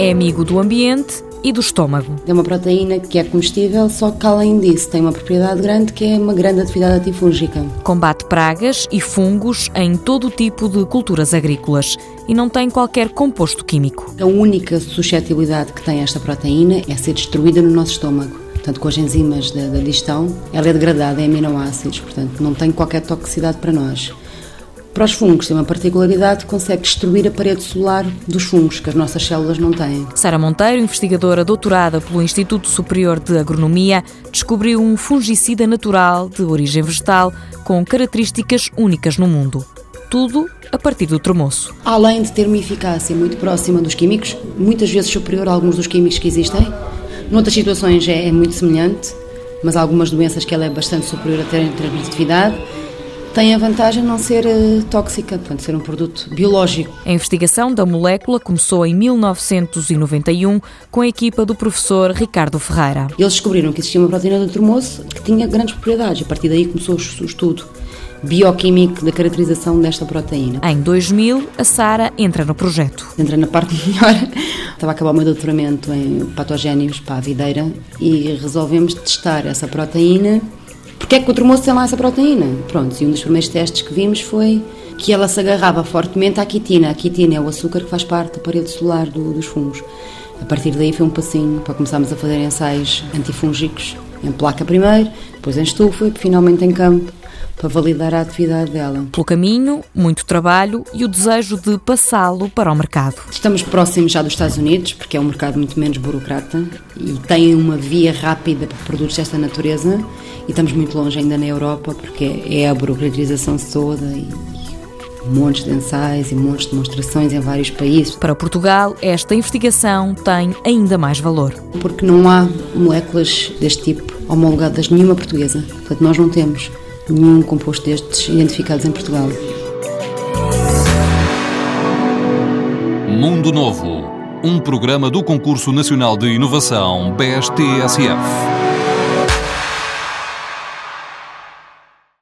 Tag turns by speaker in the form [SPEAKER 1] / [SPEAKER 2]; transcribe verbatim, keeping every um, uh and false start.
[SPEAKER 1] É amigo do ambiente e do estômago.
[SPEAKER 2] É uma proteína que é comestível, só que além disso tem uma propriedade grande que é uma grande atividade antifúngica.
[SPEAKER 1] Combate pragas e fungos em todo o tipo de culturas agrícolas e não tem qualquer composto químico.
[SPEAKER 2] A única suscetibilidade que tem esta proteína é ser destruída no nosso estômago. Portanto, com as enzimas da, da digestão, ela é degradada em aminoácidos, portanto não tem qualquer toxicidade para nós. Para os fungos tem uma particularidade que consegue destruir a parede celular dos fungos, que as nossas células não têm.
[SPEAKER 1] Sara Monteiro, investigadora doutorada pelo Instituto Superior de Agronomia, descobriu um fungicida natural de origem vegetal com características únicas no mundo. Tudo a partir do tremoço.
[SPEAKER 2] Além de ter uma eficácia muito próxima dos químicos, muitas vezes superior a alguns dos químicos que existem, noutras situações é, é muito semelhante, mas há algumas doenças que ela é bastante superior a terem transmitividade. Tem a vantagem de não ser uh, tóxica, portanto, ser um produto biológico.
[SPEAKER 1] A investigação da molécula começou em mil novecentos e noventa e um com a equipa do professor Ricardo Ferreira.
[SPEAKER 2] Eles descobriram que existia uma proteína do tremoço que tinha grandes propriedades. A partir daí começou o estudo bioquímico da caracterização desta proteína.
[SPEAKER 1] Em dois mil, a Sara entra no projeto.
[SPEAKER 2] Entra na parte melhor. Estava a acabar o meu doutoramento em patogénios para a videira e resolvemos testar essa proteína. Porque é que o tremoço tem lá essa proteína? Pronto, e um dos primeiros testes que vimos foi que ela se agarrava fortemente à quitina. A quitina é o açúcar que faz parte da parede celular do, dos fungos. A partir daí foi um passinho para começarmos a fazer ensaios antifúngicos em placa primeiro, depois em estufa e finalmente em campo, para validar a atividade dela.
[SPEAKER 1] Pelo caminho, muito trabalho e o desejo de passá-lo para o mercado.
[SPEAKER 2] Estamos próximos já dos Estados Unidos, porque é um mercado muito menos burocrata e tem uma via rápida para produtos desta natureza, e estamos muito longe ainda na Europa, porque é a burocratização toda e montes de ensaios e montes de demonstrações em vários países.
[SPEAKER 1] Para Portugal, esta investigação tem ainda mais valor.
[SPEAKER 2] Porque não há moléculas deste tipo homologadas nenhuma portuguesa. Portanto, nós não temos nenhum composto destes identificados em Portugal.
[SPEAKER 3] Mundo Novo, um programa do Concurso Nacional de Inovação B E S T S F.